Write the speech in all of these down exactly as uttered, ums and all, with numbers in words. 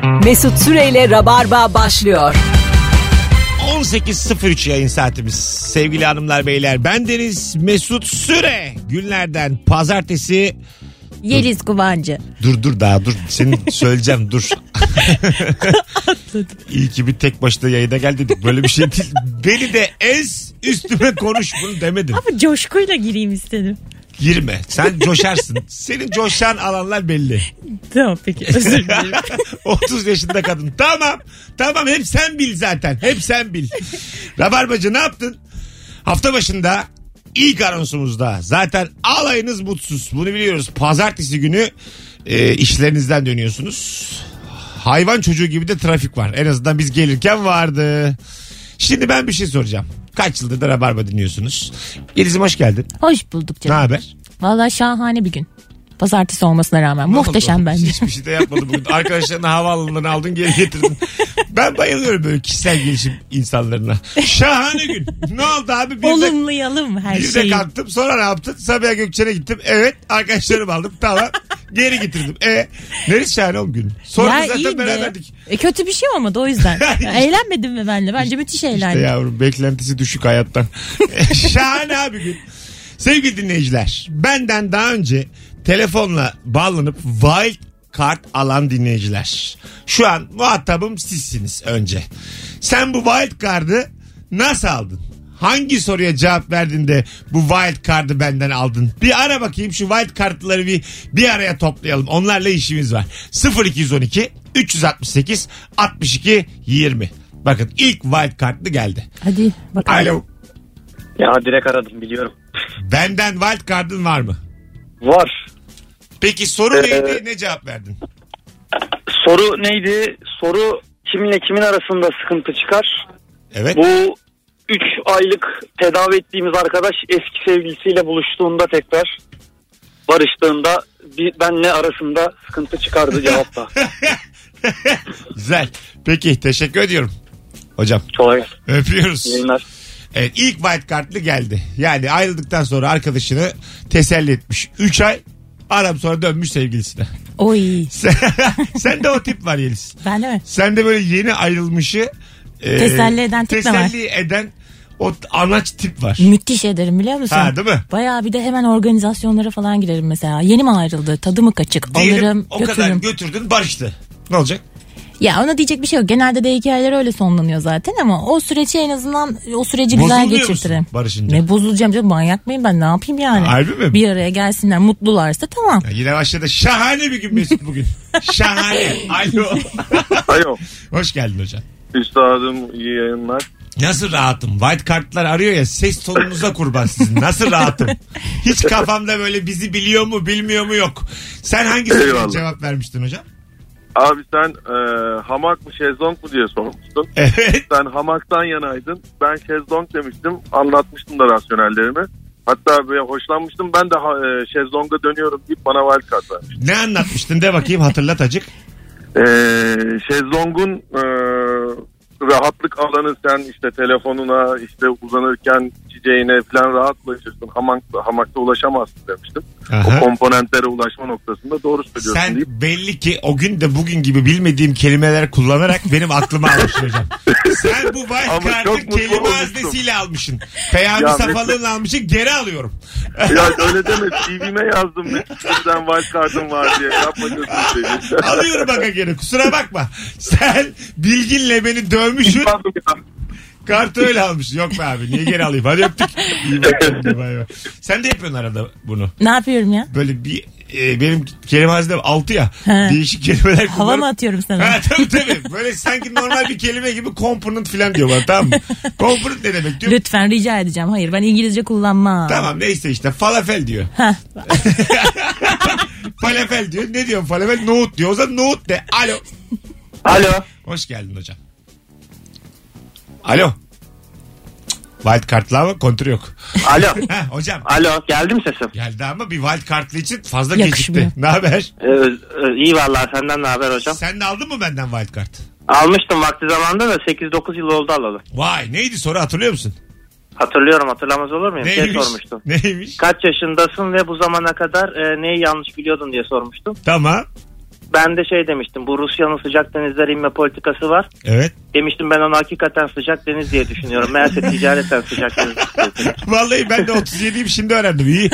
Mesut Süreyle Rabarba başlıyor. on sekiz sıfır üç yayın saatimiz. Sevgili hanımlar beyler, bendeniz Mesut Süre. Günlerden pazartesi. Yeliz Kubancı. Dur dur daha dur. Senin söyleyeceğim dur. İyi ki bir tek başına yayına gel dedik. Böyle bir şey değil. Beni de ez, üstüme konuş, bunu demedim. Ama coşkuyla gireyim istedim. Girme. Sen coşarsın. Senin coşan alanlar belli. Tamam peki, özür dilerim. otuz yaşında kadın. Tamam. Tamam, hep sen bil zaten. Hep sen bil. Rabarbacı, ne yaptın? Hafta başında ilk anonsumuzda zaten alayınız mutsuz. Bunu biliyoruz. Pazartesi günü e, işlerinizden dönüyorsunuz. Hayvan çocuğu gibi de trafik var. En azından biz gelirken vardı. Şimdi ben bir şey soracağım. Kaç yıldır da Rabarba dinliyorsunuz? Yeliz'im hoş geldin. Hoş bulduk canım. Ne haber? Vallahi şahane bir gün. Pazartesi olmasına rağmen. Ne Muhteşem oldu? bence. Hiçbir şey de yapmadı bugün. Arkadaşlarını havaalanından aldın, geri getirdin. Ben bayılıyorum böyle kişisel gelişim insanlarına. Şahane gün. Ne oldu abi? Bir de, Olumlayalım her bir şeyi. de kalktım. Sonra ne yaptın? Sabiha Gökçen'e gittim. Evet. Arkadaşlarımı aldım. Tamam. Geri getirdim. E neresi şahane oğlum günün? Sonra Ya zaten iyi de. beraberdik. E, kötü bir şey olmadı o yüzden. Ya, eğlenmedin mi benimle? Bence müthiş eğlendim. İşte yavrum, beklentisi düşük hayattan. Şahane abi gün. Sevgili dinleyiciler, benden daha önce telefonla bağlanıp wild card alan dinleyiciler. Şu an muhatabım sizsiniz önce. Sen bu wild card'ı nasıl aldın? Hangi soruya cevap verdin de bu wild card'ı benden aldın? Bir ara bakayım, şu wild card'ları bir, bir araya toplayalım. Onlarla işimiz var. sıfır iki on iki üç altı sekiz altmış iki yirmi. Bakın ilk wild card'lı geldi. Hadi bakalım. Alo. Ya direkt aradım, biliyorum. Benden wild card'ın var mı? Var. Peki soru Ee, neydi? Ne cevap verdin? Soru neydi? Soru kiminle kimin arasında sıkıntı çıkar? Evet. Bu üç aylık tedavi ettiğimiz arkadaş eski sevgilisiyle buluştuğunda tekrar barıştığında bir, benle arasında sıkıntı çıkardı cevapta. Güzel. Peki, teşekkür ediyorum hocam. Kolay. Öpüyoruz. Yayınlar. Evet, ilk white card'lı geldi. Yani ayrıldıktan sonra arkadaşını teselli etmiş. üç ay aram sonra dönmüş sevgilisine. Oy. Sen, sen de o tip var Yeliz. Ben de mi? Sen de böyle yeni ayrılmışı e, Teselli eden tip de var. teselli eden o anaç tip var. Müthiş ederim, biliyor musun? Ha, değil mi? Bayağı, bir de hemen organizasyonlara falan girerim mesela. Yeni mi ayrıldı? Tadı mı kaçık? Diyelim, Alırım, o kadar götürürüm. götürdün, barıştı. Ne olacak? Ya ona diyecek bir şey yok. Genelde de hikayeler öyle sonlanıyor zaten ama o süreci en azından o süreci güzel Bozulmuyor geçirtirim. musun barışınca? Ne bozulacağım canım, manyak mıyım ben, ne yapayım yani? Harbi mi? Bir araya gelsinler, mutlularsa tamam. Ya yine başladı. Şahane bir gün Mesut bugün. Şahane. Alo. Alo. Hoş geldin hocam. Üstadım, iyi yayınlar. Nasıl rahatım? White kartlar arıyor ya, ses tonunuza kurban sizin. Nasıl rahatım? Hiç kafamda böyle bizi biliyor mu bilmiyor mu yok. Sen hangi soruya Eyvallah. cevap vermiştin hocam? Abi sen e, hamak mı şezlong mu diye sormuştun. Evet. Sen hamaktan yanaydın. Ben şezlong demiştim. Anlatmıştım da rasyonellerimi. Hatta böyle hoşlanmıştım. Ben de ha, e, şezlonga dönüyorum deyip bana wild card vermiştim. Ne anlatmıştın de bakayım, hatırlat acık. E, şezlongun e, rahatlık alanı, sen işte telefonuna işte uzanırken çiçeğine falan rahat ulaşırsın. Hamakta, hamakta ulaşamazsın demiştim. Aha. O komponentlere ulaşma noktasında doğru söylüyorsun Sen deyip. belli ki o gün de bugün gibi bilmediğim kelimeler kullanarak benim aklıma almışsın hocam. Sen bu wild Ama card'ı çok mutlu kelime olmuştum. haznesiyle almışsın. Peyami Ya safhalığını almışsın, geri alıyorum. Ya öyle deme, C V'me yazdım bizden wild card'ım var diye, yapma gözünü seveyim. Alıyorum bak gene, kusura bakma. Sen bilginle beni dövmüşsün. Kartı öyle almış. Yok be abi, niye geri alayım? Hadi öptük. İyi bak kendine, bay bay. Sen de yapıyorsun arada bunu. Ne yapıyorum ya? Böyle bir e, benim kelime hazinem altı ya. He. Değişik kelimeler kullanıp. Hava mı atıyorum sana? Ha, tabii tabii. Böyle sanki normal bir kelime gibi component falan diyor bana, tamam mı? Component ne demek diyor? Lütfen rica edeceğim. Hayır, ben İngilizce kullanmam. Tamam, neyse işte falafel diyor. Heh. Falafel diyor. Ne diyorsun falafel? Nohut diyor. O zaman nohut de. Alo. Alo. Hoş geldin hocam. Alo. Wild kartlı ama kontür yok. Alo. Heh, hocam. Alo, geldi mi sesim? Geldi ama bir wild kartlı için fazla Yakışmıyor. gecikti. Ne haber? Ee, e, iyi vallahi, senden ne haber hocam? Sen de aldın mı benden wild kart? Almıştım vakti zamanında da sekiz dokuz yıl oldu alalı. Vay, neydi soru, hatırlıyor musun? Hatırlıyorum, hatırlamaz olur muyum? Neymiş? Şey sormuştum. Neymiş? Kaç yaşındasın ve bu zamana kadar e, neyi yanlış biliyordun diye sormuştum. Tamam. ben de şey demiştim. Bu Rusya'nın sıcak denizlere inme politikası var. Evet. Demiştim ben onu hakikaten sıcak deniz diye düşünüyorum. Meğerse ticareten sıcak deniz. Vallahi ben de otuz yediyim şimdi öğrendim. İyi.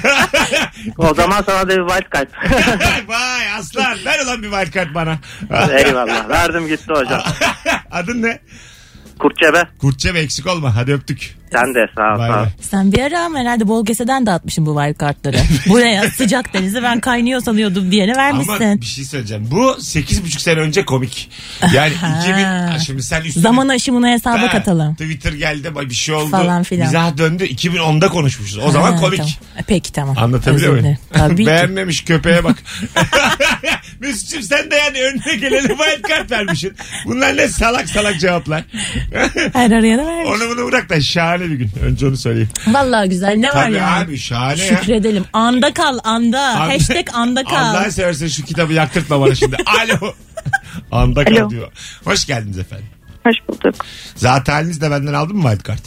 O zaman sana da bir wild card. Vay aslan. Ver ulan bir wild card bana. Eyvallah. Verdim gitti hocam. Adın ne? Kurtçebe. Kurtçebe eksik olma. Hadi öptük. Sen de sağ ol. Bay Sağ ol. bay. Sen bir ara ama herhalde bol keseden dağıtmışsın bu wild kartları. Buraya sıcak denizi ben kaynıyor sanıyordum diyene vermişsin. Ama bir şey söyleyeceğim. Bu sekiz buçuk sene önce komik. Yani iki bin şimdi sen üstüne... Zaman aşımını hesaba Ha, katalım. Twitter geldi bir şey oldu. Falan filan. Mizah döndü. iki bin onda konuşmuşuz. O zaman Ha, komik. tamam. Peki tamam. Anlatabiliyor Özür muyum? dilerim. Tabii ki. Beğenmemiş köpeğe bak. Mesut'cum sen de yani önüne gelene wild card vermişsin. Bunlar ne salak salak cevaplar. Her arayana vermiş. Onu bunu bırak da şahane bir gün. Önce onu söyleyeyim. Vallahi güzel ne var Tabii ya. abi şahane ya. Şükredelim. Anda kal anda. Anda- Hashtag anda kal. Allah'ın seversen şu kitabı yaktırtma bana şimdi. Alo. Anda kal Alo. diyor. Hoş geldiniz efendim. Hoş bulduk. Zaten haliniz de benden aldın mı wild card?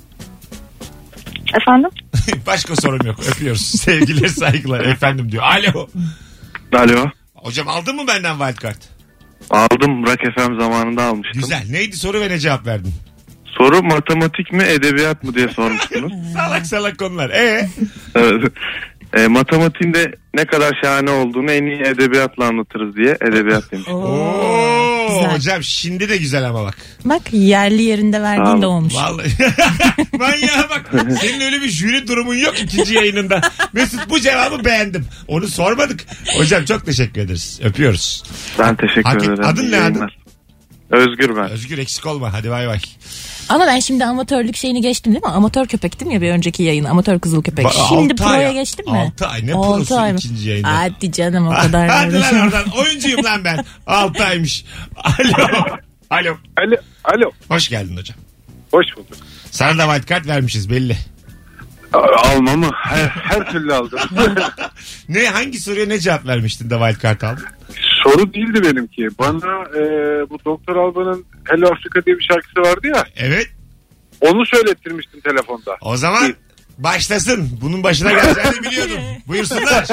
Efendim? Başka sorum yok. Öpüyoruz. Sevgiler saygılar efendim diyor. Alo. Alo. Hocam aldın mı benden wild card? Aldım. Rock F M zamanında almıştım. Güzel. Neydi soru ve ne cevap verdin? Soru matematik mi edebiyat mı diye sormuştunuz. Salak salak konular. Ee? Evet. E, matematiğinde ne kadar şahane olduğunu en iyi edebiyatla anlatırız diye edebiyat demiş. Oo, Güzel. hocam şimdi de güzel ama bak. Bak yerli yerinde verdiğin Tamam. de olmuş. Vallahi. Manyağa bak. Senin öyle bir jüri durumun yok ikinci yayınında. Mesut bu cevabı beğendim. Onu sormadık. Hocam çok teşekkür ederiz. Öpüyoruz. Ben teşekkür Hak- ederim. adın İyi ne adın? yayınlar. Özgür ben. Özgür eksik olma. Hadi bay bay. Ama ben şimdi amatörlük şeyini geçtim değil mi? Amatör köpektim ya bir önceki yayın. Amatör kızıl köpek. Ba- Şimdi altı proya ay- geçtim mi? altı ay ne Altı prosu ay mı? ikinci yayında? Hadi canım o kadar. Hadi lan uğraşamam. oradan. Oyuncuyum lan ben. altı aymış. Alo. Alo. Alo. Alo. Hoş geldin hocam. Hoş bulduk. Sana da wild card vermişiz belli. Almamı her, her türlü aldım. Ne hangi soruya ne cevap vermiştin de wild card aldın? Soru değildi benimki. Bana e, bu Doktor Alban'ın Hello Afrika diye bir şarkısı vardı ya. Evet. Onu söylettirmiştim telefonda. O zaman başlasın. Bunun başına geleceğini biliyordum. Buyursunlar.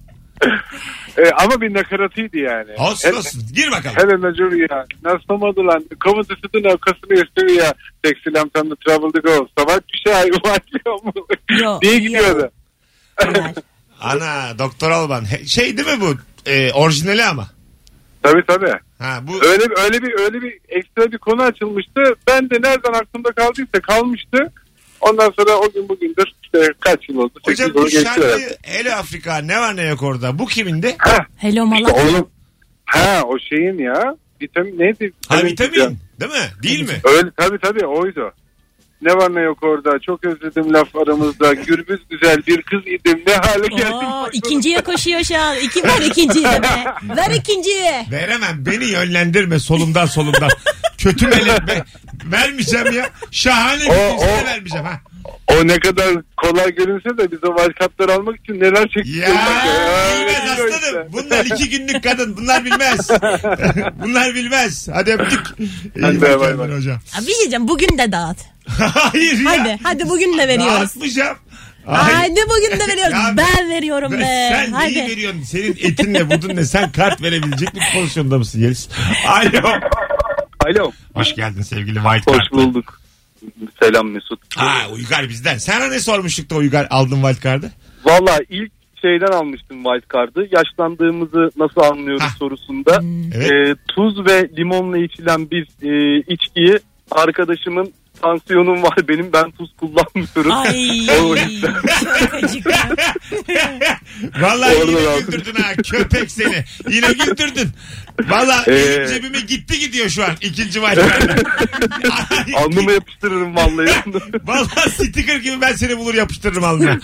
E, ama bir nakaratıydı yani. Olsun Hel- olsun. Gir bakalım. Helena Julia, nasılmadı lan? Come to the nakasını istiyor ya. Sexy lamb time to travel to go. Sabah bir şey başlıyor mu? Yo, diye yo. gidiyordu. Helal. Ana Doktor Alban. He- Şey değil mi bu? E, orijinali ama. Tabii tabii. Ha bu Öyle öyle bir öyle bir ekstra bir konu açılmıştı. Ben de nereden aklımda kaldıysa kalmıştı. Ondan sonra o gün bugündür işte kaç yıl oldu? sekiz hocam yıl bu geçti herhalde. şarkı Hello Afrika ne var ne yok orada? Bu kimindi? Ha, Hello işte Malak. onun, ha o şeyin ya. Vitamin neydi? Ha ya. vitamin. Değil mi? Değil mi? Öyle tabii tabii oydu. Ne var ne yok orada. Çok özledim laf aramızda. Gürbüz güzel bir kız idim. Ne hale geldim. Oo, ikinciye koşuyor şu an. İki, ver ikinciyi de be. Ver ikinciyi. Veremem. Beni yönlendirme solumdan solumdan. Kötü melek be. Vermeyeceğim ya. Şahane bir O- ikinci de o- vermeyeceğim ha. O ne kadar kolay görünse de biz o wildcard'ları almak için neler çektik. Ya bilmez aslanım. Bunlar iki günlük kadın. Bunlar bilmez. Bunlar bilmez. Hadi öptük. İyi Hadi bak bay kendine bay. hocam. Abi bir şey diyeceğim. Bugün de dağıt. Hayır ya. Hadi hadi bugün de veriyoruz. Dağıtmayacağım. Hayır. Hadi bugün de veriyoruz. Ya ben veriyorum Ben- be. Sen Hadi. neyi veriyorsun? Senin etin ne budun ne? Sen kart verebilecek bir pozisyonda mısın Yeliz? Alo. Alo. Hoş geldin sevgili White Hoş Card. bulduk. Selam Mesut. Ha Uygar bizden. Sana ne sormuştuk da Uygar aldın White Card'ı? Valla ilk şeyden almıştım wildcard'ı. Yaşlandığımızı nasıl anlıyoruz Hah. sorusunda. Evet. Ee, tuz ve limonla içilen bir e, içkiyi arkadaşımın tansiyonum var benim ben tuz kullanmıyorum. Ay O yüzden. çok acıklı. Vallahi Oradan yine aldım. güldürdün ha köpek seni. Yine güldürdün. Vallahi Ee. elim cebime gitti gidiyor şu an ikinci White Card'ı. Alnıma yapıştırırım vallahi. Vallahi sticker gibi ben seni bulur yapıştırırım alnına.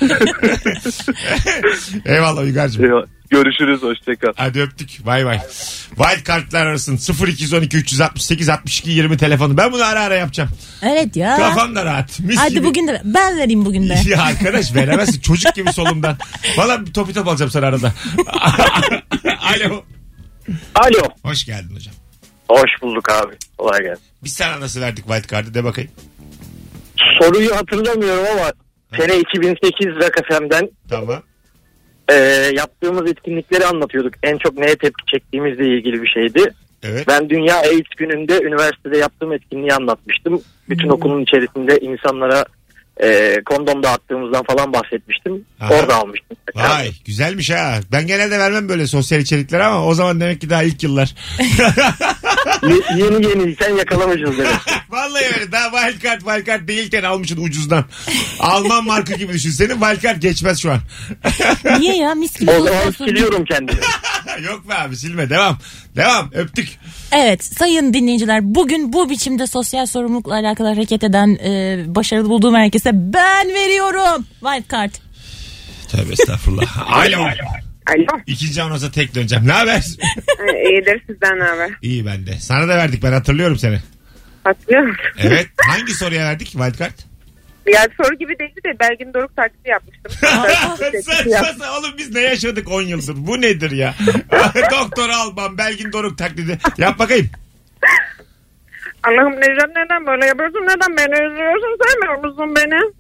Eyvallah Uygar'cığım. Eyvallah. Görüşürüz hoşçakal. Hadi öptük. Bay bay. Wild kartlar arasın. sıfır iki on iki üç altı sekiz altmış iki yirmi telefonu. Ben bunu ara ara yapacağım. Evet ya. Kafam da rahat. Mis Hadi gibi. bugün de ben vereyim bugün de. Ya arkadaş veremezsin. Çocuk gibi solumdan. Valla bir topi top alacağım sana arada. Alo. Alo. Hoş geldin hocam. Hoş bulduk abi. Kolay gelsin. Biz sana nasıl verdik wild card'ı de bakayım. Soruyu hatırlamıyorum ama sene iki bin sekiz Rock F M'den Tamam. Ee, yaptığımız etkinlikleri anlatıyorduk. En çok neye tepki çektiğimizle ilgili bir şeydi. Evet. Ben Dünya AIDS gününde üniversitede yaptığım etkinliği anlatmıştım. Bütün hmm. okulun içerisinde insanlara e, kondom dağıttığımızdan falan bahsetmiştim. Aha. Orada almıştım. Vay güzelmiş ha. Ben genelde vermem böyle sosyal içerikler ama o zaman demek ki daha ilk yıllar. Y- yeni yeniyken yakalamışız demek. Vallahi öyle. Daha wildcard wildcard değilken almışsın ucuzdan. Alman marka gibi düşün. Senin wildcard geçmez şu an. Niye ya? Mis gibi. O zaman siliyorum kendimi. Yok be abi silme. Devam. Devam. Öptük. Evet sayın dinleyiciler, bugün bu biçimde sosyal sorumlulukla alakalı hareket eden e, başarılı bulduğum herkese ben veriyorum wildcard. Tövbe estağfurullah. Alo. Alo. İkinci anonsa tek döneceğim. Ne haber? İyidir, sizden ne haber? İyi ben de. Sana da verdik, ben hatırlıyorum seni. Hatırlıyor musun? Evet. Hangi soruya verdik wildcard? Ya soru gibi değildi de Belgin Doruk taklidi yapmıştım. Sen, oğlum biz ne yaşadık on yıldır? Bu nedir ya? Doktor Alban, Belgin Doruk taklidi. Yap bakayım. Allah'ım Necdet, neden böyle yapıyorsun? Neden beni üzüyorsun? Sevmiyor musun beni?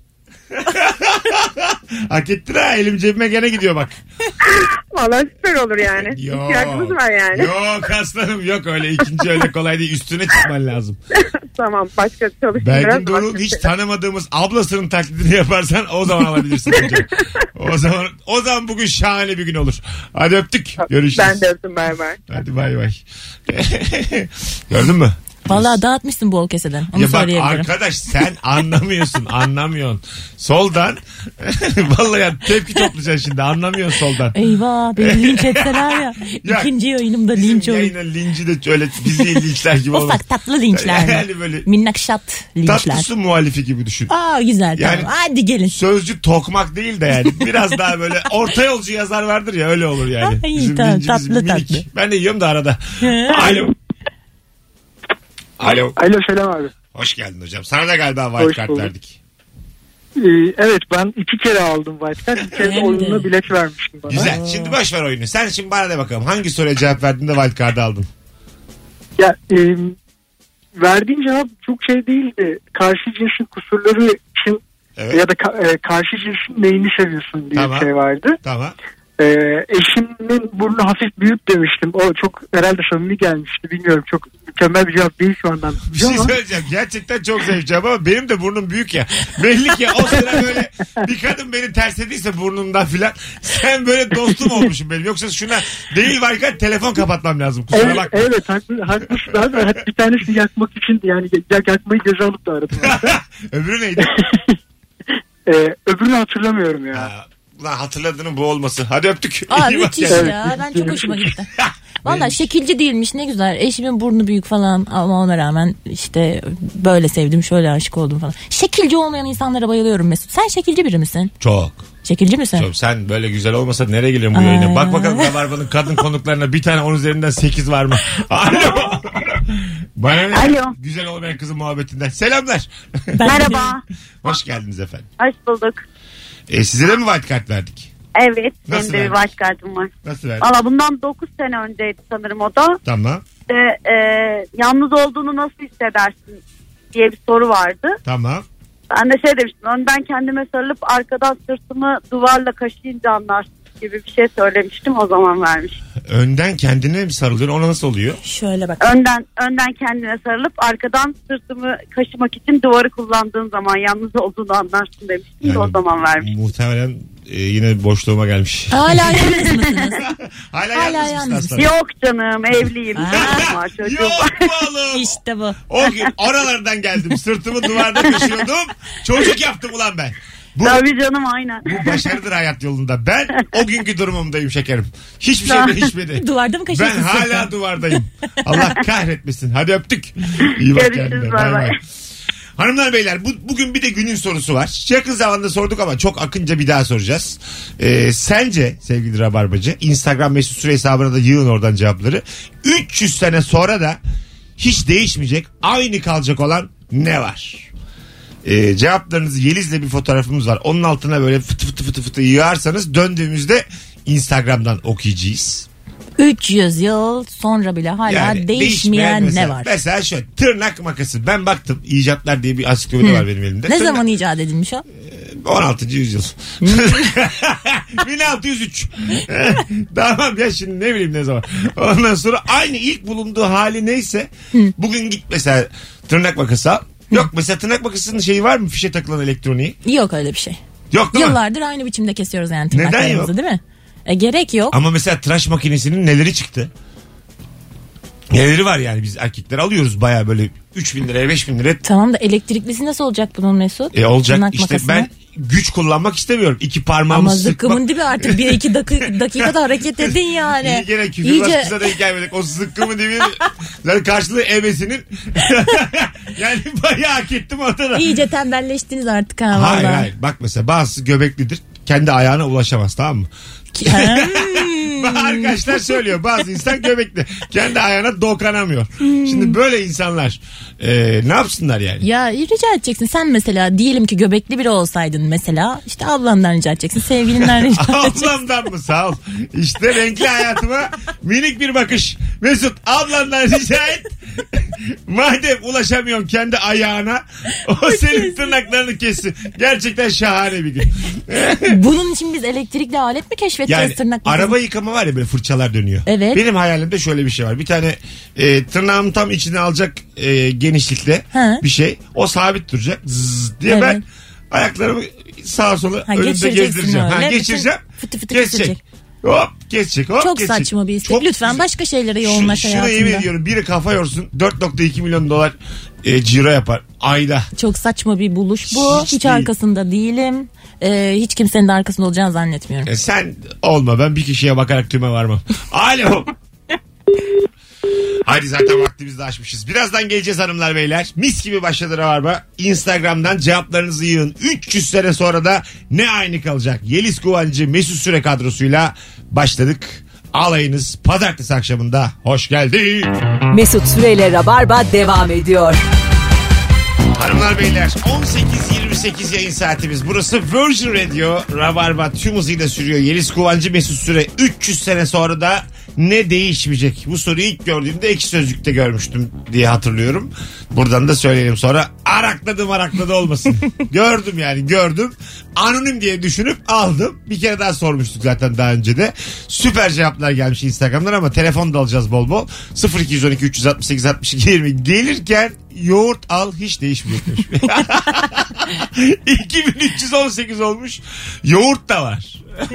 Hak ettin ha, elim cebime gene gidiyor bak. Vallahi süper olur yani. Yok. İhtiyacımız var yani. Yok aslanım, yok öyle ikinci öyle kolay değil, üstüne çıkman lazım. Tamam, başka çalışın. Belgin Doruk'un hiç tanımadığımız ablasının taklidini yaparsan o zaman alabilirsin hocam. O zaman o zaman bugün şahane bir gün olur. Hadi öptük. Görüşürüz. Ben de öptüm, bay bay. Hadi bay bay. Gördün mü? Vallahi dağıtmışsın bol keseden. Onu ya bak söyleyebilirim. arkadaş sen anlamıyorsun anlamıyorsun. Soldan vallahi ya, tepki toplayacaksın şimdi, anlamıyorsun soldan. Eyvah beni linç etseler ya. Ya, İkinci yayınımda linç olur. Yayına linci de öyle bizi linçler gibi olur. Ufak tatlı linçler mi? Yani böyle minnak şat linçler. tatlısı muhalifi gibi düşün. Aa güzel Yani, tamam hadi gelin. Sözcü tokmak değil de yani biraz daha böyle orta yolcu yazar vardır ya, öyle olur yani. Ay, Bizim tamam, lincimiz tatlı minik. tatlı. Ben de yiyorum da arada. Alo. Alo. Alo selam abi. Hoş geldin hocam. Sana da galiba wildcard verdik. Ee, evet ben iki kere aldım wildcard. Bir kere de oyununa bilet vermiştim bana. Güzel. Şimdi boş ver oyunu. Sen şimdi bana de bakalım. Hangi soruya cevap verdiğinde wildcard'ı aldın? Ya e, verdiğim cevap çok şey değildi. Karşı cinsin kusurları için evet. ya da ka- e, karşı cinsin neyini seviyorsun diye tamam. bir şey vardı. Tamam. Ee, eşimin burnu hafif büyük demiştim. O çok herhalde samimi gelmişti. Bilmiyorum, çok mükemmel bir cevap değil şu andan. Bir şey ama... söyleyeceğim. Gerçekten çok zayıf cevap ama benim de burnum büyük ya. Belli ki o sıra böyle bir kadın beni tersediyse burnumdan filan, sen böyle dostum olmuşsun benim. Yoksa şuna değil varken telefon kapatmam lazım. Kusura evet, bakma. Evet haklı, haklısın abi. Hatta bir tanesini yakmak için yani yakmayı göze alıp da aradım. Öbürü neydi? ee, öbürünü hatırlamıyorum ya. Ha. Ulan hatırladığının bu olması. Hadi öptük. Aa müthiş ya. Ben çok hoşuma gitti. Valla şekilci değilmiş, ne güzel. Eşimin burnu büyük falan ama ona rağmen işte böyle sevdim, şöyle aşık oldum falan. Şekilci olmayan insanlara bayılıyorum Mesut. Sen şekilci biri misin? Çok. Şekilci misin? Çok. Sen böyle güzel olmasa nereye geliyorsun bu Aa. yayına? Bak bakalım Rabarba'nın kadın konuklarına bir tane on üzerinden sekiz var mı? Alo. Bana ne? Alo. Güzel olmayan kızın muhabbetinden. Selamlar. Merhaba. Hoş geldiniz efendim. Hoş bulduk. E, size de mi wildcard verdik? Evet. Nasıl benim de bir wildcard'ım var. Nasıl verdik? Valla bundan dokuz sene önceydi sanırım o da. Tamam. İşte, e, yalnız olduğunu nasıl hissedersin diye bir soru vardı. Tamam. Ben de şey demiştim. Önden kendime sarılıp arkadan sırtımı duvarla kaşıyınca anlarsın gibi bir şey söylemiştim. O zaman vermiş. Önden kendine mi sarılıyorsun? Ona nasıl oluyor? Şöyle bak. Önden önden kendine sarılıp arkadan sırtımı kaşımak için duvarı kullandığın zaman yalnız olduğunu anlarsın demiştim. Yani, de o zaman vermiş. Muhtemelen e, yine boşluğuma gelmiş. Hala yalnız mısınız? Hala, Hala yalnız yalnız mısın? Yok canım, evliyim. var, çocuğum Yok var. oğlum. İşte bu. O gün oralardan geldim. Sırtımı duvarda kaşıyordum. Çocuk yaptım ulan ben. Bu, Tabii canım, aynen. Bu başarıdır hayat yolunda. Ben o günkü durumumdayım şekerim. Hiçbir şey değişmedi. Duvarda mı kaşıyorsun? Ben hala sen? Duvardayım. Allah kahretmesin. Hadi öptük. İyi bak kendine. Bay bay. Hanımlar beyler, bu, bugün bir de günün sorusu var. Yakın zamanda sorduk ama çok akınca bir daha soracağız. Ee, sence sevgili Rabarbacı, Instagram Mesut Süre hesabına da yığın oradan cevapları. üç yüz sene sonra da hiç değişmeyecek, aynı kalacak olan ne var? Ee, cevaplarınızı Yeliz'le bir fotoğrafımız var. Onun altına böyle fıtı fıtı fıtı fıtı yığarsanız döndüğümüzde Instagram'dan okuyacağız. üç yüz yıl sonra bile hala yani değişmeyen mesela, ne var? Mesela şöyle tırnak makası. Ben baktım, icatlar diye bir ansiklopedi var benim elimde. Ne Tırnak... zaman icat edilmiş o? on altıncı yüzyıl. bin altı yüz üç. Tamam ya, şimdi ne bileyim ne zaman. Ondan sonra aynı ilk bulunduğu hali neyse bugün git mesela tırnak makası al. Yok mesela tırnak makasının şeyi var mı, fişe takılan elektroniği? Yok öyle bir şey. Yok değil mi? Yıllardır aynı biçimde kesiyoruz yani tırnaklarımızı, değil mi? E, gerek yok. Ama mesela tıraş makinesinin neleri çıktı? Neleri var yani, biz erkekler alıyoruz baya böyle üç bin liraya beş bin liraya. Tamam da elektriklisi nasıl olacak bunun Mesut? E olacak Tırnak işte makasını. Ben güç kullanmak istemiyorum. İki parmağımı Ama sıkmak. zıkkımın dibi artık bir iki dakika, dakikada hareket edin yani. İyi gene küfürbaz kıza denk gelmedik. O zıkkımın dibi zaten karşılığı ebesinin. Yani bayağı hak ettim ortada. İyice tembelleştiniz artık ha. Hayır vallahi. hayır, bak mesela bazısı göbeklidir. Kendi ayağına ulaşamaz, tamam mı? Arkadaşlar söylüyor, bazı insan göbekli, kendi ayağına dokanamıyor. Şimdi böyle insanlar e, ne yapsınlar yani? Ya rica edeceksin sen mesela, diyelim ki göbekli biri olsaydın mesela, işte ablandan rica edeceksin, sevgilinden rica edeceksin. Ablamdan mı? Sağ ol. İşte renkli hayatıma minik bir bakış. Mesut, ablandan rica et. Madem ulaşamıyorsun kendi ayağına, o senin tırnaklarını kessin. Gerçekten şahane bir gün. Bunun için biz elektrikli alet mi keşfedeceğiz, Yani tırnak araba makası? yıkama var ya, böyle fırçalar dönüyor. Evet. Benim hayalimde şöyle bir şey var. Bir tane e, tırnağım tam içine alacak e, genişlikte Ha. bir şey. O sabit duracak. Zzz diye Evet. ben ayaklarımı sağa sola Ha, önümde geçireceksin gezdireceğim. öyle. Ha, geçireceğim. Fıtı fıtı Kesecek. kesilecek. Hop geçecek. Hop Çok geçecek. saçma bir istek. Çok Lütfen güzel. başka şeylere Şu- yoğunlaş Şuna hayatında. yemin ediyorum, biri kafa yorsun dört nokta iki milyon dolar e, ciro yapar ayda. Çok saçma bir buluş bu. Hiç Hiç, değil. arkasında değilim. Ee, hiç kimsenin de arkasında olacağını zannetmiyorum. E, sen olma, ben bir kişiye bakarak tüme varmam. Alo. Haydi zaten vaktimizi de aşmışız. Birazdan geleceğiz hanımlar beyler. Mis gibi başladı Rabarba. Instagram'dan cevaplarınızı yığın. üç yüz sene sonra da ne aynı kalacak? Yeliz Kuvancı, Mesut Süre kadrosuyla başladık. Alayınız pazartesi akşamında. Hoş geldin. Mesut Süreyle Rabarba devam ediyor. Hanımlar beyler, on sekiz yirmi sekiz yayın saatimiz. Burası Virgin Radio. Rabarba tüm hızıyla sürüyor. Yeliz Kuvancı, Mesut Süre. üç yüz sene sonra da ne değişmeyecek? Bu soruyu ilk gördüğümde Ekşi Sözlük'te görmüştüm diye hatırlıyorum. Buradan da söyleyelim sonra. Arakladım arakladı olmasın. Gördüm yani gördüm. Anonim diye düşünüp aldım. Bir kere daha sormuştuk zaten daha önce de. Süper cevaplar gelmiş Instagram'dan ama telefon da alacağız bol bol. sıfır iki on iki üç altı sekiz altmış iki yirmi gelirken yoğurt al hiç değişmeyecekmiş. iki bin üç yüz on sekiz olmuş. Yoğurt da var.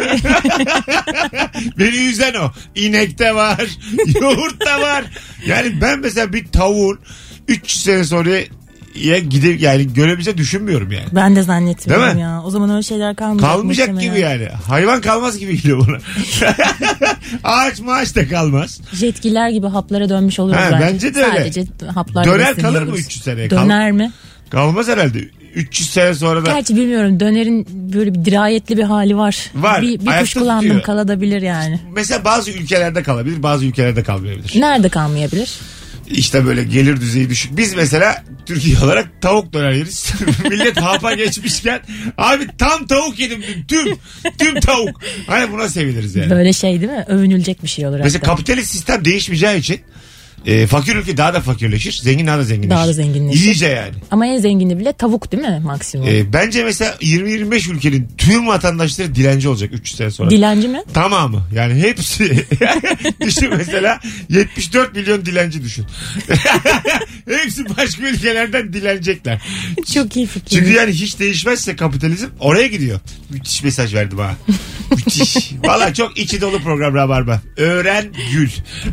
Beni üzen o. İnek de var. Yoğurt da var. Yani ben mesela bir tavuğun üç yüz sene sonra ya gidip yani görebileceğini düşünmüyorum yani. Ben de zannetmiyorum Değil mi? ya. O zaman öyle şeyler kalmayacak. Kalmayacak gibi muhtemelen. yani. Hayvan kalmaz gibi geliyor buna. Ağaç maaş da kalmaz. Jetgiler gibi haplara dönmüş oluruz Ha, bence. bence de öyle. Sadece haplarla Döner kalır mı besleniyoruz. üç yüz seneye? Döner mi? Kalmaz herhalde. üç yüz sene sonra da. Gerçi bilmiyorum. Dönerin böyle bir dirayetli bir hali var. Var. Bir, bir Ayakta kuş kullandım, tutuyor. kalabilir yani. Mesela bazı ülkelerde kalabilir, bazı ülkelerde kalmayabilir. Nerede kalmayabilir? İşte böyle gelir düzeyi düşük. Biz mesela Türkiye olarak tavuk döner yeriz. Millet hapa geçmişken abi tam tavuk yedim dün. Tüm, tüm tavuk. Hani buna seviniriz yani. Böyle şey değil mi? Övünülecek bir şey olur. Mesela hatta. kapitalist sistem değişmeyeceği için e, fakir ülke daha da fakirleşir. Zengin daha da zenginleşir. Daha da zenginleşir. İyice yani. Ama en zengini bile tavuk değil mi maksimum? E, bence mesela yirmi yirmi beş ülkenin tüm vatandaşları dilenci olacak üç yüz sene sonra. Dilenci mi? Tamamı. Yani hepsi. Düşün mesela yetmiş dört milyon dilenci düşün. Hepsi başka ülkelerden dilenecekler. Çok iyi fikir. Çünkü yani hiç değişmezse kapitalizm oraya gidiyor. Müthiş mesaj verdim ha. Müthiş. Valla çok içi dolu program Rabarba. Öğren gül.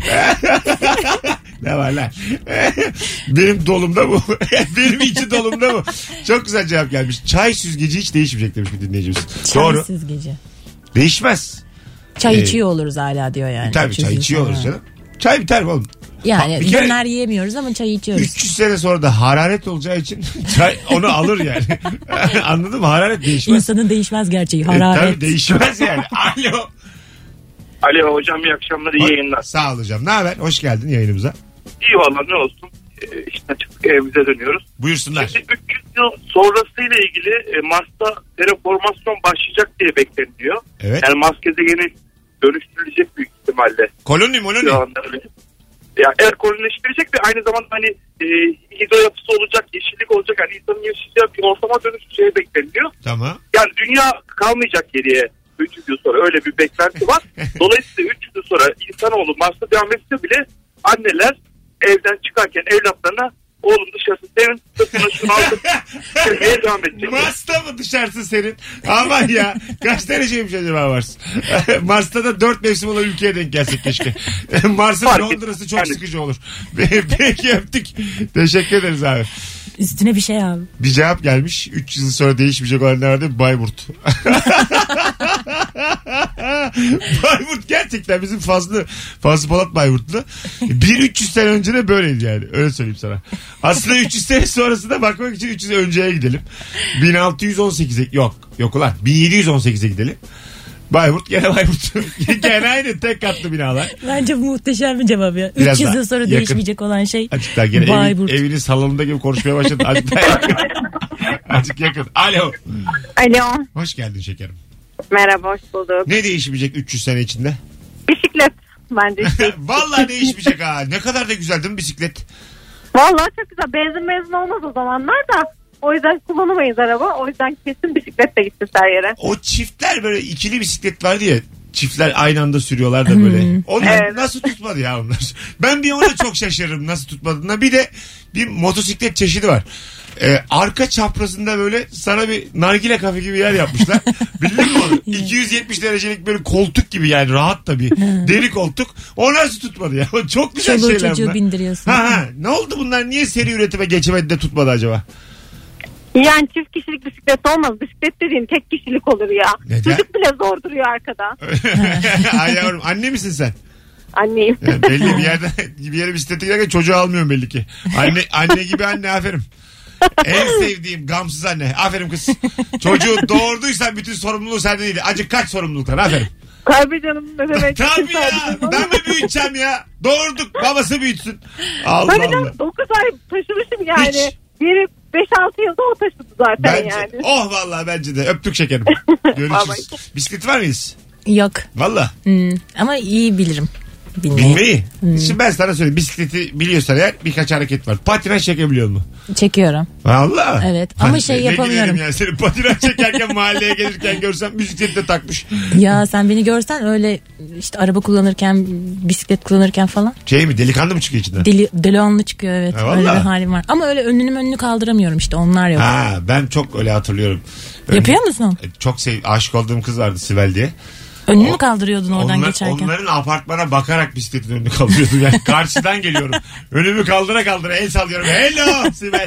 Ne var lan? Benim dolumda bu. Benim içi dolumda bu. Çok güzel cevap gelmiş. Çay süzgeci hiç değişmeyecek demiş bir dinleyicimiz. Çay Doğru. süzgeci. Değişmez. Çay Ee, içiyor oluruz hala diyor yani. Tabii üç yüz çay yıl içiyor sonra. oluruz canım. Çay biter mi oğlum? Yani Ha, bir kere- döner yiyemiyoruz ama çay içiyoruz. üç yüz sene sonra da hararet olacağı için çay onu alır yani. Anladın mı? Hararet değişmez. İnsanın değişmez gerçeği. E, Hararet. tabii değişmez yani. Alo. Alo hocam, iyi akşamlar, iyi yayınlar. Sağ ol hocam. Ne haber? Hoş geldin yayınımıza. İyi valla, ne olsun. Ee, işte çıktık, evimize dönüyoruz. Buyursunlar. Şimdi üç yüz yıl sonrasıyla ilgili e, Mars'ta terraformasyon başlayacak diye bekleniyor. Evet. Yani Mars gezegeni dönüştürülecek büyük ihtimalle. Koloni moloni. Şu anda öyle. Ya eğer kolonileştirecek ve aynı zamanda hani e, hidro yapısı olacak, yeşillik olacak. Yani insanın yaşayacağı bir ortama dönüşeceği bekleniliyor. Tamam. Yani dünya kalmayacak geriye üç yüz yıl sonra, öyle bir beklenti var. Dolayısıyla üç yüz yıl sonra insanoğlu Mars'ta devam etse bile anneler evden çıkarken evlatlarına oğlum dışarısı senin, sırtına şunu aldım demeye devam edecek. Mars'ta mı dışarısı senin? Aman ya. Kaç dereceymiş acaba Mars? Mars'ta da dört mevsim olan ülkeye denk gelsek keşke. Mars'ın Londra'sı çok yani sıkıcı olur. Peki öptük. Teşekkür ederiz abi. Üstüne bir şey abi. Bir cevap gelmiş. üç yıl sonra değişmeyecek olan ne vardı? Bayburt. Bayburt gerçekten bizim Fazlı Fazlı Polat Bayburtlu. bir üç yüz sene önce de böyleydi yani. Öyle söyleyeyim sana. Aslında üç yüz sene sonrasına bakmak için üç yüz önceye gidelim. bin altı yüz on sekize yok. Yok ulan. bin yedi yüz on sekize gidelim. Bayburt gene Bayburt. Gene aynı tek katlı binalar. Bence muhteşem bir cevap ya. Biraz üç yüz yıl sonra yakın değişmeyecek olan şey Azıcık daha gene Bayburt. Evin, evinin salonunda gibi konuşmaya başladı. Azıcık daha yakın. Azıcık yakın. Alo. Alo. Hoş geldin şekerim. Merhaba, hoş bulduk. Ne değişmeyecek üç yüz sene içinde? Bisiklet bence işte. Vallahi değişmeyecek ha. Ne kadar da güzel değil mi bisiklet? Vallahi çok güzel. Benzin mezun olmaz o zamanlar da. O yüzden kullanamayız araba. O yüzden kesin bisikletle gitsin her yere. O çiftler böyle ikili bisiklet vardı ya. Çiftler aynı anda sürüyorlar da böyle. Onlar evet. Nasıl tutmadı ya onlar? Ben bir ona çok şaşırırım nasıl tutmadığına. Bir de bir motosiklet çeşidi var. Ee, arka çaprazında böyle sana bir nargile kafe gibi yer yapmışlar. Bildin mi onu? iki yüz yetmiş derecelik böyle koltuk gibi yani rahat da bir deri koltuk. O nasıl tutmadı ya? Çok güzel Çoluğu şeyler çocuğu bunlar. bindiriyorsun. Ha, ha. Ne oldu bunlar? Niye seri üretime geçemedi de tutmadı acaba? Yani çift kişilik bisiklet olmaz. Bisiklet dediğin tek kişilik olur ya. Neden? Çocuk bile zor duruyor arkada. Ay yavrum, anne misin sen? Anneyim. Yani belli bir yerde bir yere bisiklete giderken çocuğu almıyorum belli ki. Anne anne gibi anne, aferin. En sevdiğim gamsız anne. Aferin kız. Çocuğu doğurduysan bütün sorumluluğu sende değil. Acık kaç sorumluluk var, aferin. Tabii canım, ne demek. Tabii ya. Ben mi büyüteceğim ya? Doğurduk, babası büyütsün. Allah Tabii Allah. canım, dokuz ay taşımışım yani. Hiç. Geri beş altı yılda o taşıdı zaten Bence, yani. oh vallahi bence de. Öptük şekerim. Görüşürüz. Bisiklet var mıyız? Yok. Valla. Hmm. Ama iyi bilirim. Bilmeyi. Bilmeyi. Hmm. Şimdi ben sana söyleyeyim. Bisikleti biliyorsan eğer birkaç hareket var. Patinaj çekebiliyor mu? Çekiyorum. Valla. Evet ama şey ne yapamıyorum. Yani seni patinaj çekerken mahalleye gelirken görsem bisikleti de takmış. Ya sen beni görsen öyle işte araba kullanırken, bisiklet kullanırken falan. Şey mi, delikanlı mı çıkıyor içinden? Deli, delikanlı çıkıyor evet. Ha, öyle bir halim var. Ama öyle önünü önünü kaldıramıyorum işte, onlar yok. Ha, ben çok öyle hatırlıyorum. Ön, Yapıyor musun? Çok sev, aşık olduğum kız vardı Sibel diye. Önünü o, mü kaldırıyordun oradan onlar, geçerken? Onların apartmana bakarak bisikletin önünü kaldırıyordum. Yani karşıdan geliyorum. Önümü kaldıra kaldıra el sallıyorum. Hello Sibel.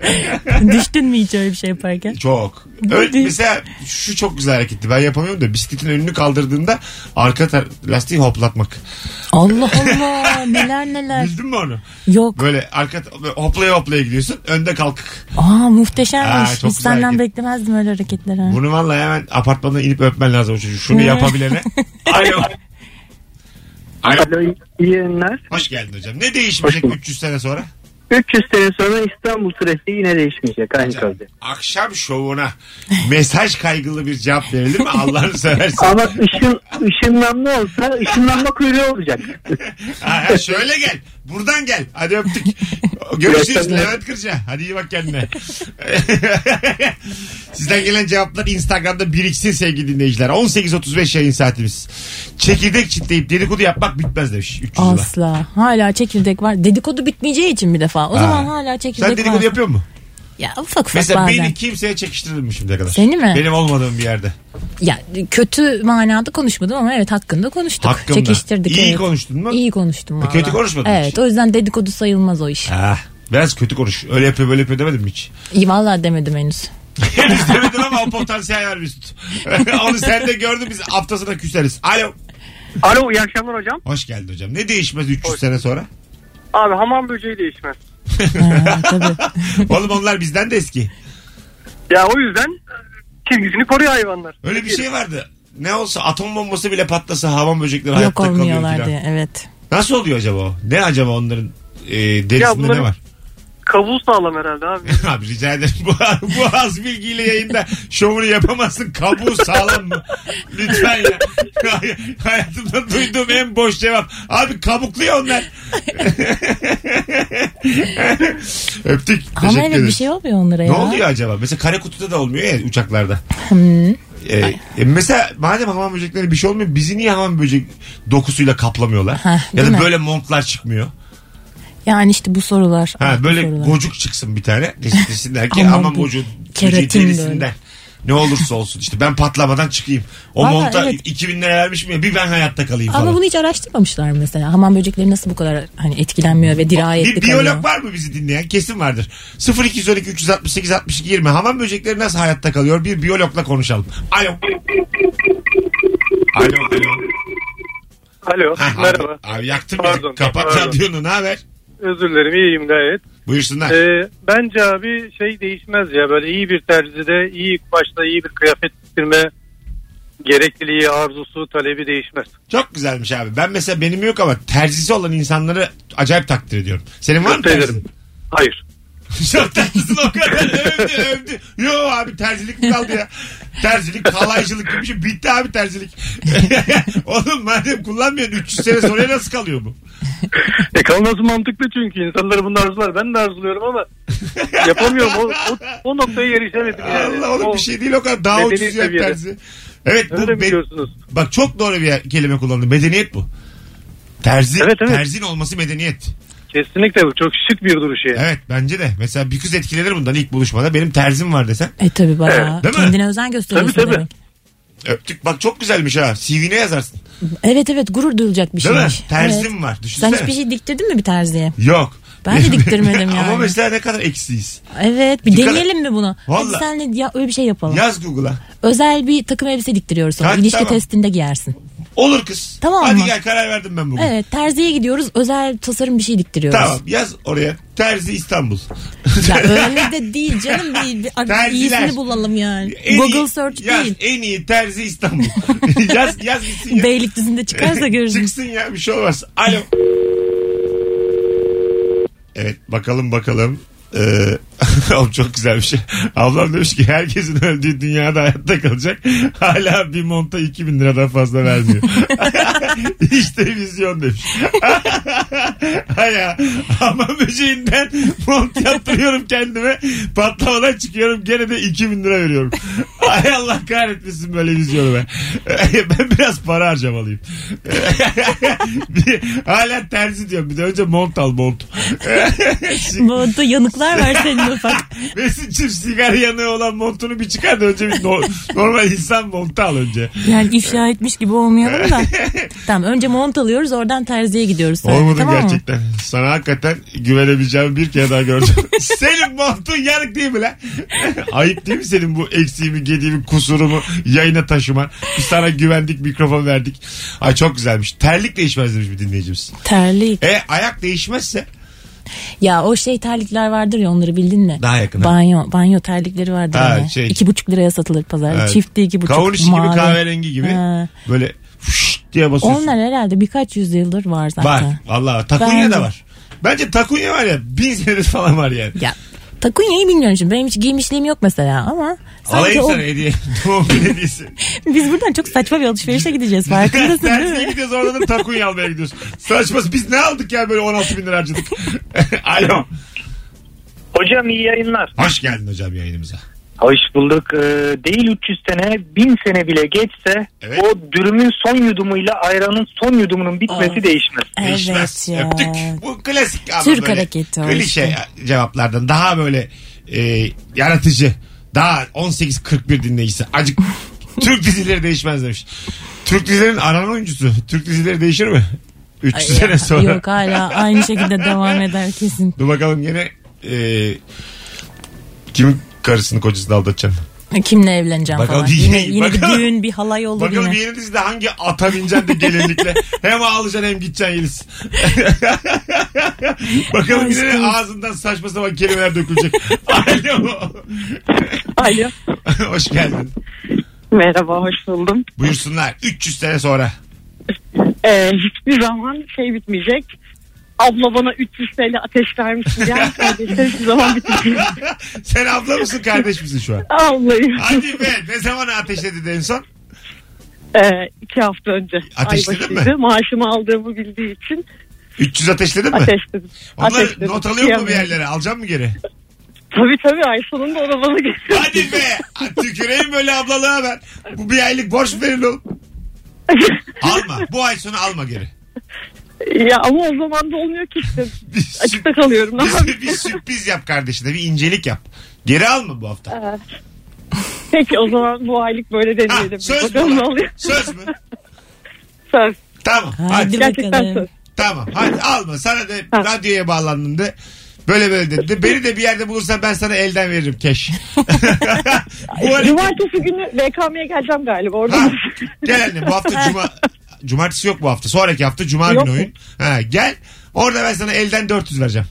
Düştün mü hiç öyle bir şey yaparken? Çok. Öyle, mesela şu çok güzel hareketti. Ben yapamıyorum da bisikletin önünü kaldırdığında arka tar- lastiği hoplatmak. Allah Allah, neler neler. Bildin mi onu? Yok. Böyle arka hoplaya hoplaya gidiyorsun. Önde kalkık. Aa, muhteşemmiş. Ha, çok Hiç güzel senden hareket. beklemezdim öyle hareketleri. Bunu vallahi hemen apartmandan inip öpmen lazım o çocuğu. Şunu yapabilene. Alo. Alo. Alo, iyi yayınlar. Hoş geldin hocam. Ne değişmeyecek üç yüz sene sonra? üç yüz sene sonra İstanbul trafiği yine değişmeyecek. Aynı Hocam, kalacak. akşam şovuna mesaj kaygılı bir cevap verilir mi? Allah'ını seversen. Ama ışın, ışınlanma olsa ışınlanma kuyruğu olacak. Ha, şöyle gel. Buradan gel. Hadi öptük. Görüşürüz Levent Kırca. Hadi iyi bak kendine. Sizden gelen cevaplar Instagram'da biriksin sevgili dinleyiciler. on sekiz otuz beş yayın saatimiz. Çekirdek çitleyip dedikodu yapmak bitmez demiş. üç yüz Asla. Hala çekirdek var. Dedikodu bitmeyeceği için bir defa. O ha. zaman hala çekirdek var. Sen dedikodu var. yapıyor musun? Ya ufak ufak mesela bazen. beni kimseye çekiştirdin mi şimdiye kadar? Seni mi? Benim olmadığım bir yerde. Ya kötü manada konuşmadım ama evet hakkında konuştuk. Hakkımda. Çekiştirdik. İyi evet. konuştun mu? İyi konuştum valla. Kötü konuşmadın Evet hiç. O yüzden dedikodu sayılmaz o iş. Ah, biraz kötü konuş. Öyle yapıyor böyle yapıyor demedim mi hiç? İyi valla demedim henüz. Henüz demedim ama o potansiyel var Mesut. Onu sen de gördün, biz haftasına küseriz. Alo. Alo, iyi akşamlar hocam. Hoş geldin hocam. Ne değişmez üç yüz Hoş. sene sonra? Abi hamam böceği değişmez. Ha, tabii. Oğlum onlar bizden de eski. Ya o yüzden çizgisini koruyor hayvanlar. Öyle bir şey vardı. Ne olsa atom bombası bile patlasa hamam böcekleri hayatta kalıyor. Yok olmuyorlar diye, evet. Nasıl oluyor acaba o? Ne acaba onların e, derisinde ne var? Kabuğu sağlam herhalde abi. Abi rica ederim. Bu, bu az bilgiyle yayında şovunu yapamazsın. Kabuğu sağlam mı? Lütfen ya. Hayatımda duyduğum en boş cevap. Abi kabukluyor onlar. Öptük. Ama Teşekkür evet ederiz. bir şey olmuyor onlara ya. Ne oluyor acaba? Mesela kare kutuda da olmuyor ya uçaklarda. Hmm. Ee, e, mesela madem hamam böcekleri bir şey olmuyor, bizi niye hamam böcek dokusuyla kaplamıyorlar? Heh, ya da değil mi? böyle montlar çıkmıyor. Yani işte bu sorular. Ha, bu böyle sorular. gocuk çıksın bir tane. Desinler ki Aman hamam bu bocuğu keratin derisinden. böyle. Ne olursa olsun işte ben patlamadan çıkayım. O Vallahi monta evet. iki bin lira vermiş mi? Bir ben hayatta kalayım Ama falan. bunu hiç araştırmamışlar mesela. Hamam böcekleri nasıl bu kadar hani etkilenmiyor ve dirayetli Bir kalıyor. biyolog var mı bizi dinleyen? Kesin vardır. sıfır iki on iki üç altı sekiz altmış iki yirmi hamam böcekleri nasıl hayatta kalıyor? Bir biyologla konuşalım. Alo. Alo. Alo. Alo. Ha, Merhaba. Abi, abi yaktın Pardon, beni. Kapat pardon. radyonu. Ne haber? Özür dilerim, iyiyim gayet. Buyursunlar. Ee, bence abi şey değişmez ya, böyle iyi bir terzide iyi başta iyi bir kıyafet diktirme gerekliliği, arzusu, talebi değişmez. Çok güzelmiş abi. Ben mesela benim yok ama terzisi olan insanları acayip takdir ediyorum. Senin var mı Çok ederim. terzin? Hayır. Çok tatlısın o kadar. Övdü övdü. Yo abi terzilik mi kaldı ya? Terzilik kalaycılık gibi bir şey. Bitti abi terzilik. Oğlum madem kullanmıyorsun üç yüz sene sonra nasıl kalıyor bu? E kalması mantıklı çünkü insanlar bunu arzular. Ben de arzuluyorum ama yapamıyorum. O, o, o noktaya erişemedim yani. Allah oğlum o, bir şey değil o kadar. Daha medeni ucuz yer seviyede. terzi. Evet bu Öyle mi be- diyorsunuz? bak çok doğru bir kelime kullandım. Medeniyet bu. Terzi, Evet, evet. Terzin olması medeniyet. Kesinlikle bu çok şık bir duruş yani. Evet bence de. Mesela bir kız etkilenir bundan ilk buluşmada. Benim terzim var desen. E tabi bayağı. Evet, değil mi? Kendine özen gösteriyorsun Tabii, tabii. demek. Öptük bak çok güzelmiş ha. C V'ne yazarsın. Evet evet gurur duyulacak bir Değil mi? şeymiş. Terzim Evet. var. Sen Düşünsene. hiçbir şey diktirdin mi bir terziye? Yok. Ben de diktirmedim yani. Ama mesela ne kadar eksiyiz. Evet bir Dikkat- deneyelim mi bunu? Vallahi. Hadi senle ya, öyle bir şey yapalım. Yaz Google'a. Özel bir takım elbise diktiriyoruz sonra. Ha, İlişki tamam. testinde giyersin. Olur kız. Tamam Hadi mı? gel karar verdim ben bugün. Evet terziye gidiyoruz. Özel tasarım bir şey diktiriyoruz. Tamam yaz oraya. Terzi İstanbul. Ya öyle de değil canım değil. Bir- artık Terziler. iyisini bulalım yani. En Google iyi- search yaz, değil. En iyi terzi İstanbul. yaz yaz gitsin ya. Beylikdüzü'nde çıkarsa görürsün. Çıksın ya bir şey olmaz. Alo. Evet bakalım bakalım. Ee, oğlum çok güzel bir şey. Ablam demiş ki herkesin öldüğü dünyada hayatta kalacak. Hala bir monta iki bin liradan fazla vermiyor. İşte vizyon demiş. Hay ya. Hamam böceğinden mont yaptırıyorum kendime. Patlamadan çıkıyorum. Gene de iki bin lira veriyorum. Ay Allah kahretmesin böyle vizyonu ben. Ben biraz para harcamalıyım. Bir- Hala terzi diyorum. Bir de önce mont al mont. Montta yanıklar var senin ufak. Mesut'cum sigara yanığı olan montunu bir çıkar da önce bir no- normal insan montu al önce. Yani ifşa etmiş gibi olmayalım da. Tamam önce mont alıyoruz oradan terziye gidiyoruz. Sonra. Olmadı Tamam mı? gerçekten. Sana hakikaten güvenebileceğimi bir kere daha gördüm. Senin montun yanık değil mi lan? Ayıp değil mi senin bu eksiğimi, gediğimi, kusurumu yayına taşıman? Biz sana güvendik, mikrofon verdik. Ay çok güzelmiş. Terlik değişmez demiş bir dinleyicimiz. Terlik. E ayak değişmezse? Ya o şey terlikler vardır ya onları bildin mi? Daha yakın, ha. Banyo, banyo terlikleri vardır. Ha, hani. şey. İki buçuk liraya satılır pazarda. Evet. Çifti iki buçuk. Kavun içi gibi mavi. kahverengi gibi. Ha. Böyle fış diye basıyorsun. Onlar herhalde birkaç yüzyıldır var zaten. Var. Valla takunya Bence. da var. Bence takunya var ya bin senedir falan var yani. Ya takunyayı bilmiyorum şimdi. Benim hiç giymişliğim yok mesela ama sanki Alayım o... sana hediye. Doğum günü hediyesi. Biz buradan çok saçma bir alışverişe gideceğiz. Farkındasın değil Tersiye mi? gidiyoruz oradan da takunya almaya gidiyoruz. Saçması biz ne aldık ya böyle on altı bin lira harcadık. Alo. Hocam iyi yayınlar. Hoş geldin hocam yayınımıza. Hoş bulduk. Ee, değil üç yüz sene, bin sene bile geçse Evet. o dürümün son yudumuyla ayranın son yudumunun bitmesi Aa. değişmez. Değişmez. Evet ya. Öptük. Bu klasik ama Türk böyle hareketi o klişe işte. cevaplardan daha böyle e, yaratıcı. Daha on sekiz kırk bir dinleyicisi. Acık Türk dizileri değişmez demiş. Türk dizilerin aran oyuncusu. Türk dizileri değişir mi? üç yüz Ay sene ya, sonra. Yok hala aynı şekilde devam eder kesin. Dur bakalım yine e, kimin karısını kocasını aldatacaksın? Kimle evleneceğim Bakalım falan. bir- Yine, yine bakalım- bir düğün bir halay olur Bakalım yine. yeni dizide hangi ata bineceksin de gelinlikle. Hem ağlayacaksın hem gideceksin Yeliz. Bakalım yine ne ağzından saçma sapan kelimeler dökülecek. Alo. Alo. Hoş geldin. Merhaba, hoş buldum. Buyursunlar. üç yüz sene sonra. Ee, hiçbir zaman şey bitmeyecek. Abla bana üç yüz T L ateş vermiş diyen kardeşler hiçbir zaman bitmeyecek. Sen abla mısın kardeş misin şu an? Ablayım. Hadi be ne zaman ateşledi en son? Ee, iki hafta önce. Ateşledin Aybaşıydı. mi? Maaşımı aldığımı bildiği için üç yüz ateşledin mi? Ateşledim. Onları Ateşledim. not alıyor mu bir yerlere? Alacağım mı geri? Tabii tabii ay sonunda ona bana geçiyor. Hadi be. Tüküreyim böyle ablalığa ben. Bu bir aylık borç verin oğlum. Alma. Bu ay sonu alma geri. Ya ama o zaman da olmuyor ki işte. Açıkta kalıyorum. Bir, bir sürpriz yap kardeşine. Bir incelik yap. Geri alma bu hafta. Evet. Peki o zaman bu aylık böyle deneyelim. Ha, söz Bakalım mü? ne oluyor. Söz mü? Söz. Tamam. Hadi, Hadi. Gerçekten bakalım. söz. Tamam. Hadi alma. Sana da Ha. radyoya bağlandın de. Böyle böyle dedi. Beni de bir yerde bulursan ben sana elden veririm keş. Bu arada... Cumartesi günü B K M'ye geleceğim galiba. Orada Ha, gel anne bu hafta cuma cumartesi yok bu hafta. Sonraki hafta cuma Yok günü mu? oyun. Ha, gel. Orada ben sana elden dört yüz vereceğim.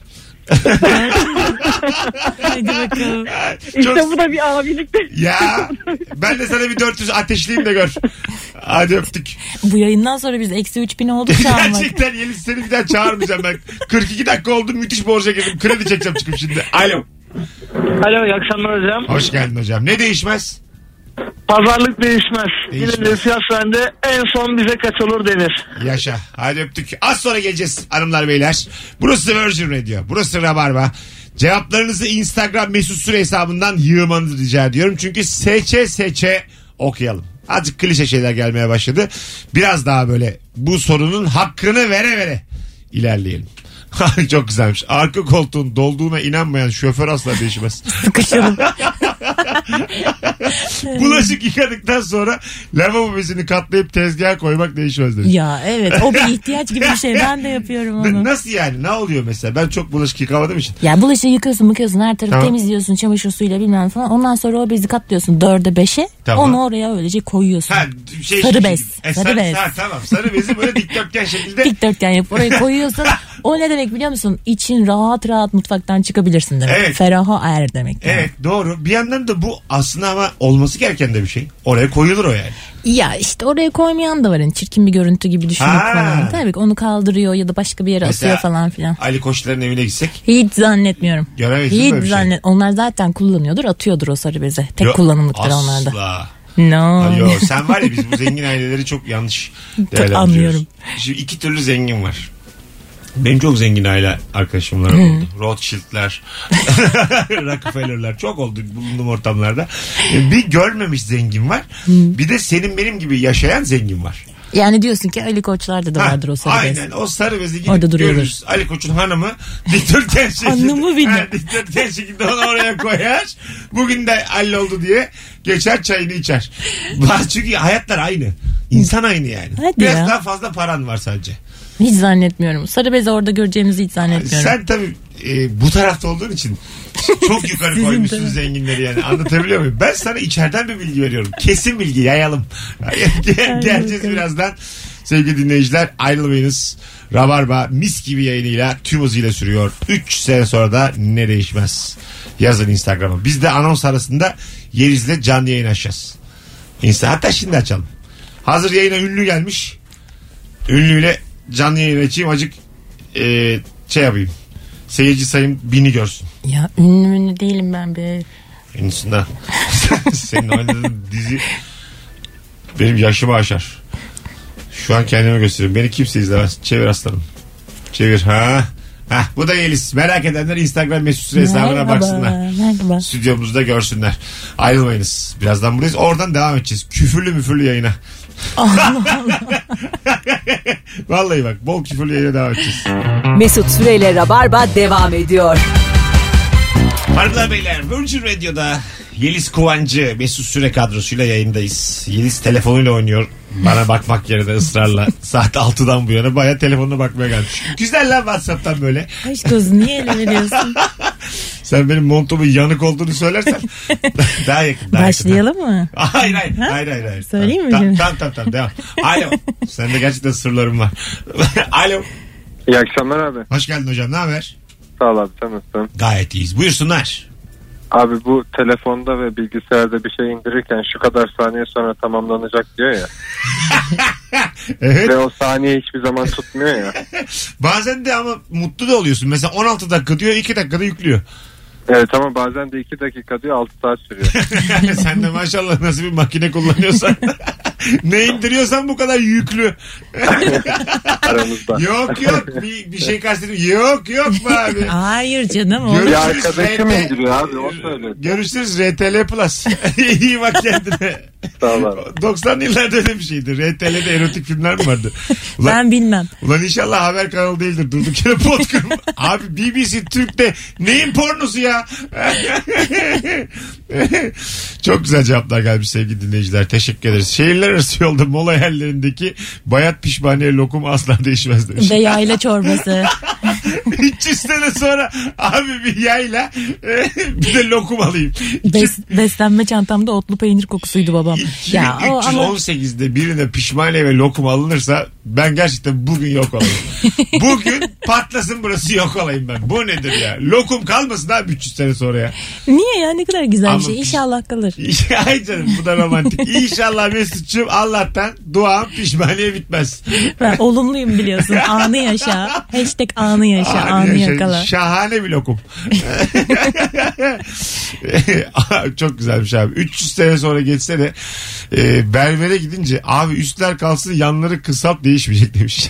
Hadi bakalım. İşte Çok... bu da bir abiliktir. Ya ben de sana bir dört yüz ateşleyeyim de gör. Hadi öptük. Bu yayından sonra biz eksi üç bin olduk şu an bak. Gerçekten Yeliz seni bir daha çağırmayacağım ben. kırk iki dakika oldu müthiş borca girdim. Kredi çekeceğim çıkıp şimdi. Alo. Alo iyi akşamlar hocam. Hoş geldin hocam. Ne değişmez? Pazarlık değişmez. Değişmez. Yine nasihat sende en son bize kaç olur denir. Yaşa. Hadi öptük. Az sonra geleceğiz hanımlar beyler. Burası Virgin Radio. Burası Rabarba. Cevaplarınızı Instagram mesut süre hesabından yığmanızı rica ediyorum. Çünkü seçe seçe okuyalım. Azıcık klişe şeyler gelmeye başladı. Biraz daha böyle bu sorunun hakkını vere vere ilerleyelim. Çok güzelmiş. Arka koltuğun dolduğuna inanmayan şoför asla değişmez. Sıkışalım. Bulaşık yıkadıktan sonra lavabo bezini katlayıp tezgaha koymak değişmez demiş. Ya evet o bir ihtiyaç gibi bir şey. Ben de yapıyorum onu. Nasıl yani? Ne oluyor mesela? Ben çok bulaşık yıkamadığım için. Ya bulaşığı yıkıyorsun mıkıyorsun her tarafı Tamam. temizliyorsun çamaşır suyuyla bilmem falan. Ondan sonra o bezi katlıyorsun dörde beşe. Tamam. Onu oraya öylece koyuyorsun. Ha, şey, Sarı bez. E, Sarı sarı, bez. Ha, tamam. Sarı bezi böyle dikdörtgen şekilde. Dikdörtgen yapıp oraya koyuyorsun. O ne demek biliyor musun? İçin rahat rahat mutfaktan çıkabilirsin demek. Evet. Feraha er demek. Yani. Evet doğru. Bir yandan da bu aslında ama olması gereken de bir şey. Oraya koyulur o yani. Ya işte oraya koymayan da var. Yani çirkin bir görüntü gibi düşünüp Ha. falan. Tabii ki onu kaldırıyor ya da başka bir yere Mesela asıyor falan filan. Ali Koçlar'ın evine gitsek. Hiç zannetmiyorum. Göremeyiz Hiç böyle bir şey. zannet. Onlar zaten kullanıyordur, atıyordur o sarı beze. Tek Yo, kullanımlıktır asla. onlarda. Ha, No. yo, sen var ya biz bu zengin aileleri çok yanlış değerlendiriyoruz. Anlıyorum. Şimdi iki türlü zengin var. Benim çok zengin aile arkadaşımlar oldu. Rothschild'ler, Rockefeller'ler çok oldu bulunduğum ortamlarda. Bir görmemiş zengin var. Bir de senin benim gibi yaşayan zengin var. Yani diyorsun ki Ali Koçlar'da da Ha, vardır o sarı bez. aynen o sarı bezi Orada gidip duruyordur. görürüz. Ali Koç'un hanımı dikdörtgen şekilde. Hanımı bile. Ha, dikdörtgen şekilde onu oraya koyar. Bugün de halloldu diye geçer çayını içer. Çünkü hayatlar aynı. İnsan aynı yani. Hadi Biraz ya. daha fazla paran var sadece. Hiç zannetmiyorum. Sarı bezi orada göreceğimizi hiç zannetmiyorum. Sen tabii e, bu tarafta olduğun için çok yukarı Sizin koymuşsun tabii. zenginleri yani. Anlatabiliyor muyum? Ben sana içeriden bir bilgi veriyorum. Kesin bilgi yayalım. Gel, geleceğiz birazdan. Sevgili dinleyiciler ayrılmayınız. Rabarba mis gibi yayınıyla tüm hızıyla sürüyor. üç sene sonra da ne değişmez. Yazın Instagram'a. Biz de anons arasında Yeriz'le canlı yayın açacağız. Insta, hatta şimdi açalım. Hazır yayına ünlü gelmiş. Ünlüyle canlı yayın açayım. Acık e, şey yapayım. Seyirci sayım bini görsün. Ya ünlü ünlü değilim ben be. Ünlüsünden. Senin oynadığın dizi benim yaşımı aşar. Şu an kendime gösteriyorum. Beni kimse izlemez. Çevir aslanım. Çevir. Ha. Hah, bu da Yeliz. Merak edenler Instagram mesut süre hesabına Merhaba, baksınlar. merhaba. Stüdyomuzda görsünler. Ayrılmayınız. Birazdan buradayız. Oradan devam edeceğiz. Küfürlü müfürlü yayına. Allah Allah. Vallahi bak bol küfürlü yayına devam edeceğiz. Mesut Süreyle Rabarba devam ediyor. Hanımlar beyler Virgin Radio'da Yeliz Kıvancı Mesut Süre kadrosuyla yayındayız. Yeliz telefonuyla oynuyor. Bana bakmak yerine ısrarla saat altıdan bu yana baya telefonuna bakmaya gelmiş. Güzel lan WhatsApp'tan böyle. Aşk olsun niye ele veriyorsun? Sen benim montumun yanık olduğunu söylersen daha yakın. Daha Başlayalım yakın. mı? Hayır hayır, hayır hayır hayır. Söyleyeyim mi Tamam şimdi? tamam tamam, tamam devam. Alo. Sende gerçekten sırlarım var. Alo. İyi akşamlar abi. Hoş geldin hocam, ne haber? Sağ ol abi, sen nasılsın? Gayet iyiyiz. Buyursunlar. Abi bu telefonda ve bilgisayarda bir şey indirirken şu kadar saniye sonra tamamlanacak diyor ya. Evet. Ve o saniye hiçbir zaman tutmuyor ya. Bazen de ama mutlu da oluyorsun. Mesela on altı dakika diyor, iki dakikada yüklüyor. Evet ama bazen de iki dakika diyor, altı saat sürüyor. Sen de maşallah nasıl bir makine kullanıyorsan. Ne indiriyorsan bu kadar yüklü. Aramızda. Yok yok bir, bir şey kastettim. Yok yok mu abi? Hayır canım. O. Bir Görüşürüz. arkadaşım R T indiriyor abi o söyledi. Görüşürüz R T L Plus. İyi bak kendine. Tamam. doksanlı yıllarda öyle bir şeydi. R T L'de erotik filmler mi vardı? Ulan, Ben bilmem. ulan inşallah haber kanalı değildir. Durduk yere pot kırma. Abi B B C Türk'te neyin pornosu ya? Çok güzel cevaplar gelmiş sevgili dinleyiciler. Teşekkür ederiz. Şehirler arası yolda mola yerlerindeki bayat pişmaniye lokum asla değişmez demiş. Ve yayla çorbası. üç yüz sene sonra abi bir yayla bir de lokum alayım. Bes, beslenme çantamda otlu peynir kokusuydu babam. Ya, o üç yüz on sekizde ama... birine pişmaniye ve lokum alınırsa ben gerçekten bugün yok olayım. Bugün patlasın burası yok olayım ben. Bu nedir ya? Lokum kalmasın abi üç yüz sene sonra ya. Niye ya, ne kadar güzel Ama bir şey. İnşallah kalır. Ay canım bu da romantik. İnşallah Mesut'cum Allah'tan duam pişmaniye bitmez. Ben olumluyum biliyorsun. Anı yaşa. Hashtag anı yaşa. Anı, anı yaşa. yakala. Şahane bir lokum. Çok güzelmiş abi. üç yüz sene sonra geçse de e, berbere gidince abi üstler kalsın yanları kısalt değişmeyecek demiş.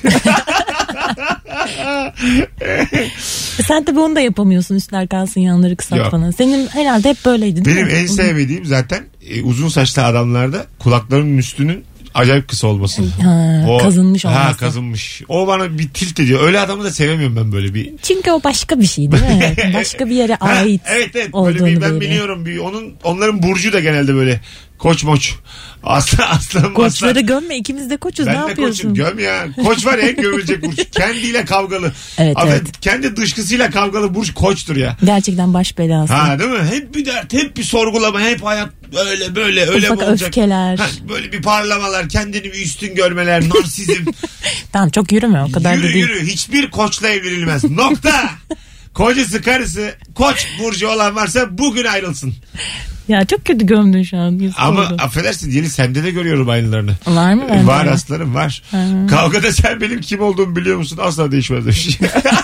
Sen tabii onu da yapamıyorsun, üstler kalsın yanları kısalt Yok. falan. Senin herhalde hep böyleydi değil Benim mi? en sevmediğim zaten e, uzun saçlı adamlarda kulaklarının üstünün acayip kısa olması. Ha, o, kazınmış olması. Ha kazınmış. O bana bir tilt ediyor. Öyle adamı da sevemiyorum ben böyle bir. Çünkü o başka bir şey değil mi? Başka bir yere ait. Ha, evet evet. Böyle bir, ben böyle. biliyorum. Bir, onun onların burcu da genelde böyle koç moç. Aslan aslan. Koçları aslan. gömme, ikimiz de koçuz. Ben ne de yapıyorsun? koçum, göm ya. Koç var ya en gömülecek burç. Kendiyle kavgalı. Evet, Abi, evet. Kendi dışkısıyla kavgalı burç koçtur ya. Gerçekten baş belası. Ha değil mi? Hep bir dert, hep bir sorgulama, hep hayat öyle böyle öyle Ufak mi olacak? öfkeler. Ha, böyle bir parlamalar, kendini bir üstün görmeler, narsizm. Tamam, çok yürüme o kadar yürü da değil. yürü. Hiçbir koçla evlenilmez. Nokta. Kocası karısı koç burcu olan varsa bugün ayrılsın. Ya çok kötü gömdün şu an. Yüz Ama oldu. affedersin Yeni sende de görüyorum aynılarını. Var mı bende? Var aslanım var. Ha. Kavgada sen benim kim olduğumu biliyor musun? Asla değişmez demiş.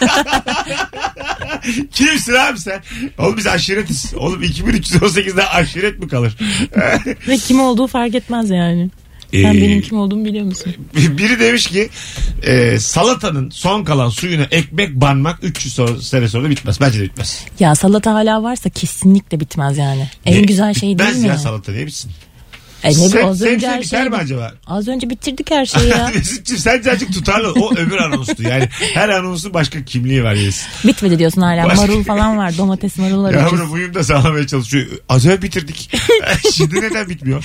Kimsin abi sen? Oğlum biz aşiretiz. Oğlum iki bin üç yüz on sekizde aşiret mi kalır? Ve kim olduğu fark etmez yani. Sen ee, benim kim olduğumu biliyor musun? Biri demiş ki e, salatanın son kalan suyuna ekmek banmak üç yüz sene sonra bitmez. Bence de bitmez. Ya salata hala varsa kesinlikle bitmez yani. En ne? Güzel şey değil mi? Bitmez ya salata diye bitsin. E ne sen, az önce her biter şeyi, mi acaba? Az önce bitirdik her şeyi ya. Mesut'cum sence azıcık tutarlı. O öbür anonstu. Yani her anonsun başka kimliği var. Yes. Bitmedi diyorsun hala. Başka... Marul falan var. Domates marul var. Yavrum uyum da sağlamaya çalışıyor. Az önce bitirdik. Şimdi neden bitmiyor?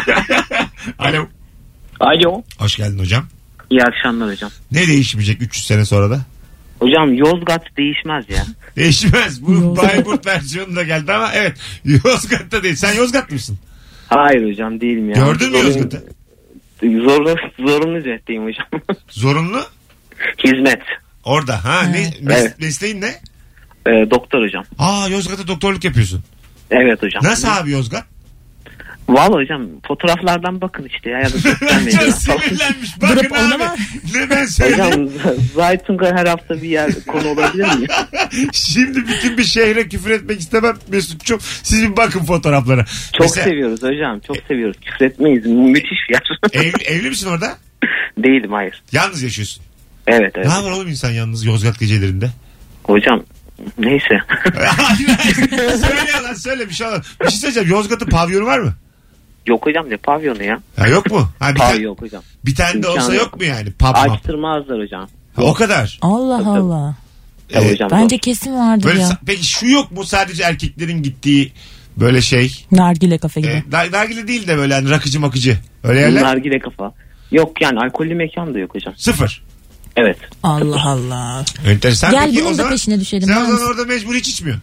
Alo. Alo. Hoş geldin hocam. İyi akşamlar hocam. Ne değişmeyecek üç yüz sene sonra da? Hocam Yozgat değişmez ya. Değişmez. Bu Bayburt versiyonu da geldi ama evet. Yozgat'ta değil. Sen Yozgat mısın? Hayır hocam değilim ya. Gördün mü Yozgat'ı? Zorunlu, zorunlu hizmetteyim hocam. Zorunlu? Hizmet. Orada ha. Evet. Ne, mes- evet. Mesleğin ne? Ee, doktor hocam. Aa Yozgat'ta doktorluk yapıyorsun. Evet hocam. Nasıl abi Yozgat? Valla hocam fotoğraflardan bakın işte ya, ya da sosyal medyada. Çok sinirlenmiş. Bakın Durup abi. Neden söyleyeyim? Hocam Zaytunga her hafta bir yer konu olabilir mi? Şimdi bütün bir şehre küfür etmek istemem Mesut'cum. Siz bir bakın fotoğraflara. Çok Mesela... seviyoruz hocam. Çok seviyoruz. Küfür etmeyiz. Müthiş bir yer. Evli, evli misin orada? Değilim hayır. Yalnız yaşıyorsun. Evet evet. Ne yapar oğlum insan yalnız Yozgat gecelerinde? Hocam neyse. Söyle lan söyle bir şey olur. Bir şey söyleyeceğim. Yozgat'ın pavyonu var mı? Yok hocam ne pavyonu ya? Ha, yok mu? Ha, Pavyon ta- yok hocam. Bir tane İmkanı de olsa yok mu yani? Pub, açtırmazlar hocam. Ha, o kadar. Allah tabii, Allah. Evet. Hocam, bence doğru. Kesin vardır böyle, ya. Peki şu yok mu sadece erkeklerin gittiği böyle şey? Nargile kafe gibi. E, dar, nargile değil de böyle hani rakıcı makıcı. Öyle yerler. Nargile kafa. Yok yani alkollü mekan da yok hocam. Sıfır. Evet. Allah Allah. Enteresan. Gel Peki, bunun da peşine düşelim. Sen o zaman orada mecbur hiç içmiyorsun.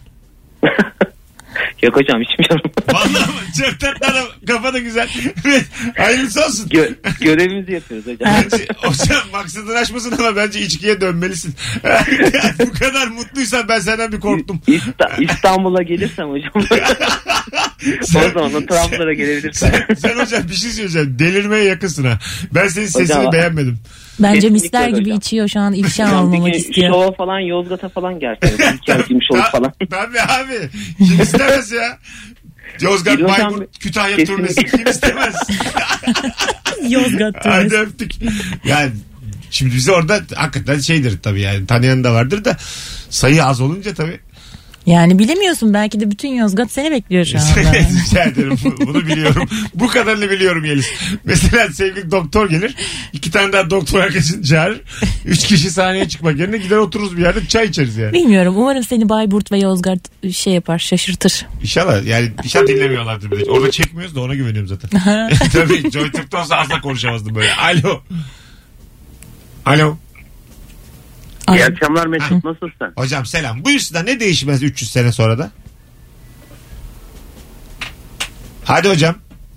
Yok hocam içmiyorum. Vallahi çok tatlı kafa da güzel. Hayırlısı olsun. Gö- görevimizi yapıyoruz hocam. Bence, hocam maksadını aşmasın ama bence içkiye dönmelisin. Bu kadar mutluysan ben senden bir korktum. İsta- İstanbul'a gelirsem hocam. sen, o zaman o taraflara gelebilirsen. Sen, sen hocam bir şey söyleyeceğim. Delirmeye yakınsın ha. Ben senin sesini hocam, beğenmedim. Bence misler gibi hocam. İçiyor şu an. İfşa olmamak istiyor. Şova falan Yozgat'a falan gelseniz. İlker Gümüşoluk falan. Tabii abi. Kim istemez ya. Yozgat, İlhan Bayburt, Kütahya turnesi kim istemez? Yozgat Hadi turnesi. öptük. Yani şimdi bize orada hakikaten şeydir tabii yani tanıyan da vardır da sayı az olunca tabii. Yani bilemiyorsun, belki de bütün Yozgat seni bekliyor şu anda. Rica ederim. Bunu biliyorum. Bu kadarını biliyorum Yeliz. Mesela sevgili doktor gelir. İki tane daha doktor arkadaşını çağırır. Üç kişi sahneye çıkmak yerine gider otururuz bir yerde çay içeriz yani. Bilmiyorum. Umarım seni Bayburt ve Yozgat şey yapar, şaşırtır. İnşallah. Yani inşallah dinlemiyorlardır bile. Orada çekmiyoruz da ona güveniyorum zaten. Tabii. Joy Türk'te olsa asla konuşamazdım böyle. Alo. Alo. İyi akşamlar Mesut, nasılsın? Hocam selam. Buyursunlar, ne değişmez üç yüz sene sonra da? Hadi hocam.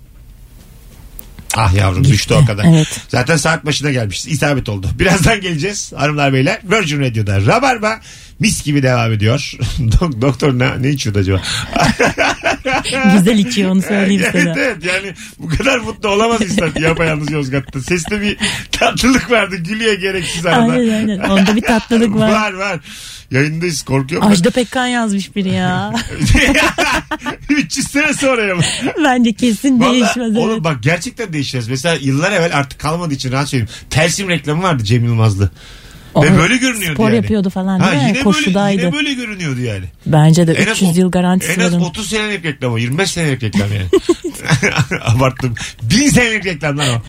Ah yavrum Gitti. düştü o kadar. Evet. Zaten saat başına gelmişiz. İsabet oldu. Birazdan geleceğiz hanımlar beyler. Virgin Radio'da Rabarba mis gibi devam ediyor. Doktor ne, ne içiyordu acaba? Güzel içiyor, onu söyleyeyim evet, sana. Evet yani bu kadar mutlu olamaz insan yapayalnız Yozgat'ta. Seste bir tatlılık vardı. Gülüyor gereksiz arada. Aynen aynen. Onda bir tatlılık var. Var var. Yayındayız, korkuyorum. Ajda Pekkan yazmış biri ya. üç yüz sene sonra mı? Bence kesin Vallahi, değişmez. oğlum Evet. bak gerçekten değişmez. Mesela yıllar evvel artık kalmadığı için rahat söyleyeyim. Telsim reklamı vardı Cem Yılmazlı. O, Ve böyle görünüyordu spor yani. yapıyordu falan Ha, değil mi? yine Koşudaydı. Böyle, yine böyle görünüyordu yani. Bence de En üç yüz az, yıl garantisi en az var. otuz senelik reklam o. yirmi beş senelik reklam yani. Abarttım. bin senelik reklamlar o.